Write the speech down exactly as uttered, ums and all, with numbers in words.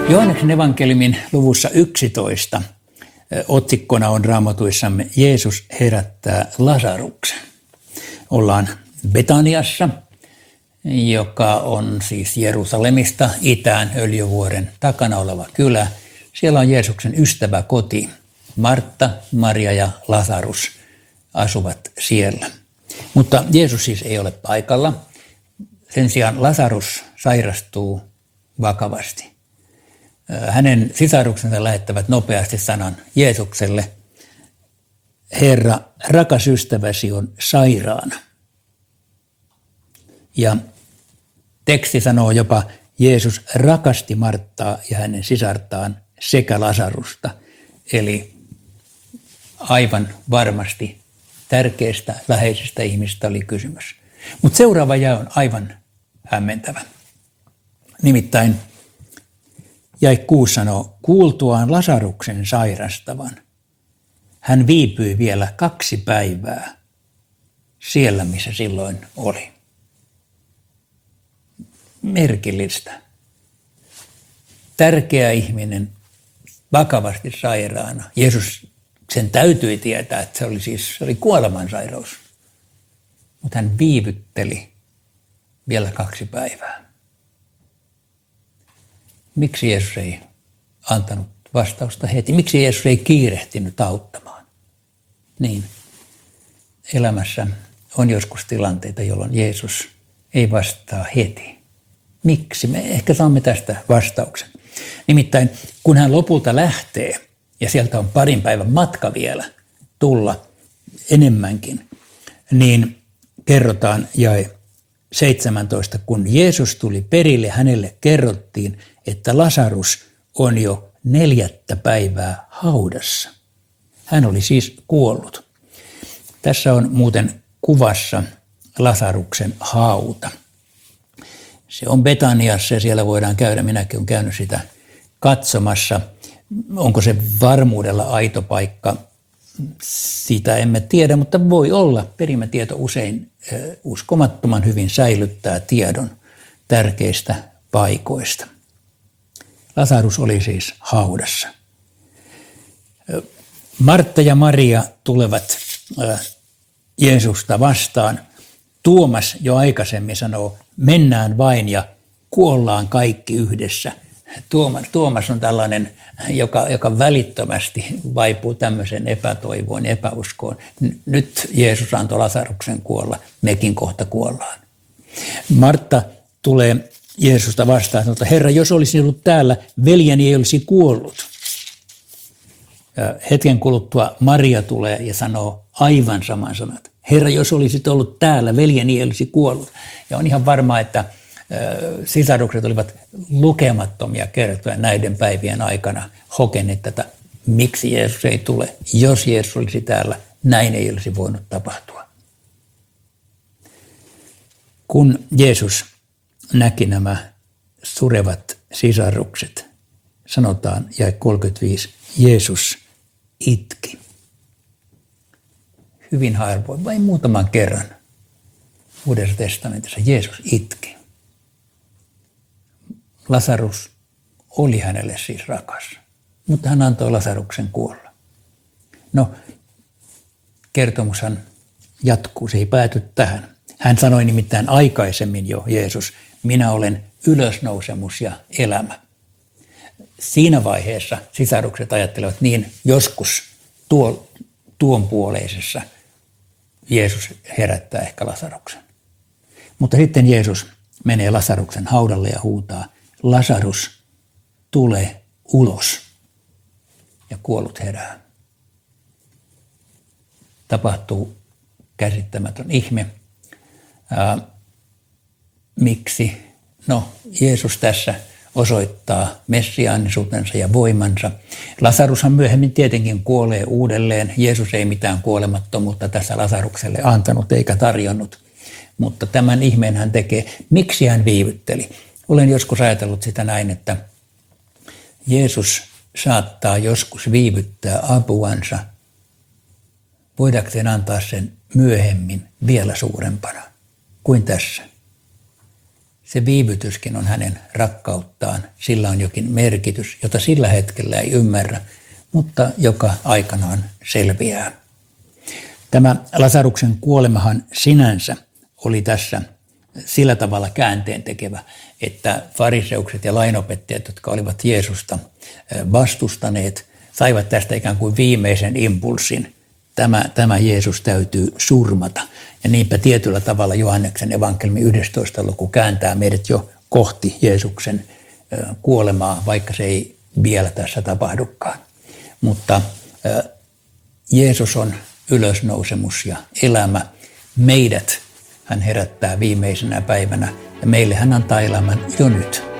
Johanneksen evankeliumin luvussa yksitoista otsikkona on raamatuissamme Jeesus herättää Lasaruksen. Ollaan Betaniassa, joka on siis Jerusalemista itään Öljyvuoren takana oleva kylä. Siellä on Jeesuksen ystäväkoti. Martta, Maria ja Lasarus asuvat siellä. Mutta Jeesus siis ei ole paikalla. Sen sijaan Lasarus sairastuu vakavasti. Hänen sisaruksensa lähettävät nopeasti sanan Jeesukselle: Herra, rakas ystäväsi on sairaana. Ja teksti sanoo jopa, Jeesus rakasti Marttaa ja hänen sisartaan sekä Lasarusta. Eli aivan varmasti tärkeistä, läheisistä ihmistä oli kysymys. Mutta seuraava jae on aivan hämmentävä. Nimittäin jae kuusi sanoo, kuultuaan Lasaruksen sairastavan, hän viipyi vielä kaksi päivää siellä, missä silloin oli. Merkillistä. Tärkeä ihminen, vakavasti sairaana. Jeesus sen täytyi tietää, että se oli siis se oli kuolemansairaus. Mutta hän viivytteli vielä kaksi päivää. Miksi Jeesus ei antanut vastausta heti? Miksi Jeesus ei kiirehtinyt auttamaan? Niin, elämässä on joskus tilanteita, jolloin Jeesus ei vastaa heti. Miksi? Me ehkä saamme tästä vastauksen. Nimittäin kun hän lopulta lähtee, ja sieltä on parin päivän matka vielä tulla enemmänkin, niin kerrotaan jae seitsemäntoista, kun Jeesus tuli perille, hänelle kerrottiin, että Lasarus on jo neljättä päivää haudassa. Hän oli siis kuollut. Tässä on muuten kuvassa Lasaruksen hauta. Se on Betaniassa ja siellä voidaan käydä, minäkin olen käynyt sitä katsomassa. Onko se varmuudella aito paikka? Sitä emme tiedä, mutta voi olla. Perimätieto usein uskomattoman hyvin säilyttää tiedon tärkeistä paikoista. Lasarus oli siis haudassa. Martta ja Maria tulevat Jeesusta vastaan. Tuomas jo aikaisemmin sanoo, mennään vain ja kuollaan kaikki yhdessä. Tuomas, Tuomas on tällainen, joka, joka välittömästi vaipuu tämmöiseen epätoivoon ja epäuskoon. Nyt Jeesus antoi Lasaruksen kuolla, mekin kohta kuollaan. Martta tulee Jeesusta vastaan, sanoo, että Herra, jos olisi ollut täällä, veljeni ei olisi kuollut. Ja hetken kuluttua Maria tulee ja sanoo aivan saman sanat. Herra, jos olisit ollut täällä, veljeni ei olisi kuollut. Ja on ihan varmaa, että sisarukset olivat lukemattomia kertoja näiden päivien aikana hokeneet tätä, miksi Jeesus ei tule. Jos Jeesus olisi täällä, näin ei olisi voinut tapahtua. Kun Jeesus näki nämä surevat sisarukset, sanotaan jae kolmekymmentäviisi, Jeesus itki. Hyvin harvoin, vain muutaman kerran Uudessa testamentissa Jeesus itki. Lasarus oli hänelle siis rakas, mutta hän antoi Lasaruksen kuolla. No, kertomushan jatkuu, se ei pääty tähän. Hän sanoi nimittäin aikaisemmin jo, Jeesus, minä olen ylösnousemus ja elämä. Siinä vaiheessa sisarukset ajattelevat niin joskus tuo, tuon puoleisessa Jeesus herättää ehkä Lasaruksen. Mutta sitten Jeesus menee Lasaruksen haudalle ja huutaa, Lasarus, tule ulos. Ja kuollut herää. Tapahtuu käsittämätön ihme. Ää, miksi? No, Jeesus tässä osoittaa messiaanisuutensa ja voimansa. Lasarushan myöhemmin tietenkin kuolee uudelleen. Jeesus ei mitään kuolemattomuutta tässä Lasarukselle antanut eikä tarjonnut. Mutta tämän ihmeen hän tekee. Miksi hän viivytteli? Olen joskus ajatellut sitä näin, että Jeesus saattaa joskus viivyttää apuansa, voidakseen antaa sen myöhemmin vielä suurempana kuin tässä. se viivytyskin on hänen rakkauttaan. Sillä on jokin merkitys, jota sillä hetkellä ei ymmärrä, mutta joka aikanaan selviää. Tämä Lasaruksen kuolemahan sinänsä oli tässä sillä tavalla käänteen tekevä, että fariseukset ja lainopettajat, jotka olivat Jeesusta vastustaneet, saivat tästä ikään kuin viimeisen impulssin. Tämä, tämä Jeesus täytyy surmata. Ja niinpä tietyllä tavalla Johanneksen evankeliumi yhdestoista luku kääntää meidät jo kohti Jeesuksen kuolemaa, vaikka se ei vielä tässä tapahdukaan. Mutta Jeesus on ylösnousemus ja elämä. Meidät hän herättää viimeisenä päivänä ja meille hän antaa elämän jo nyt.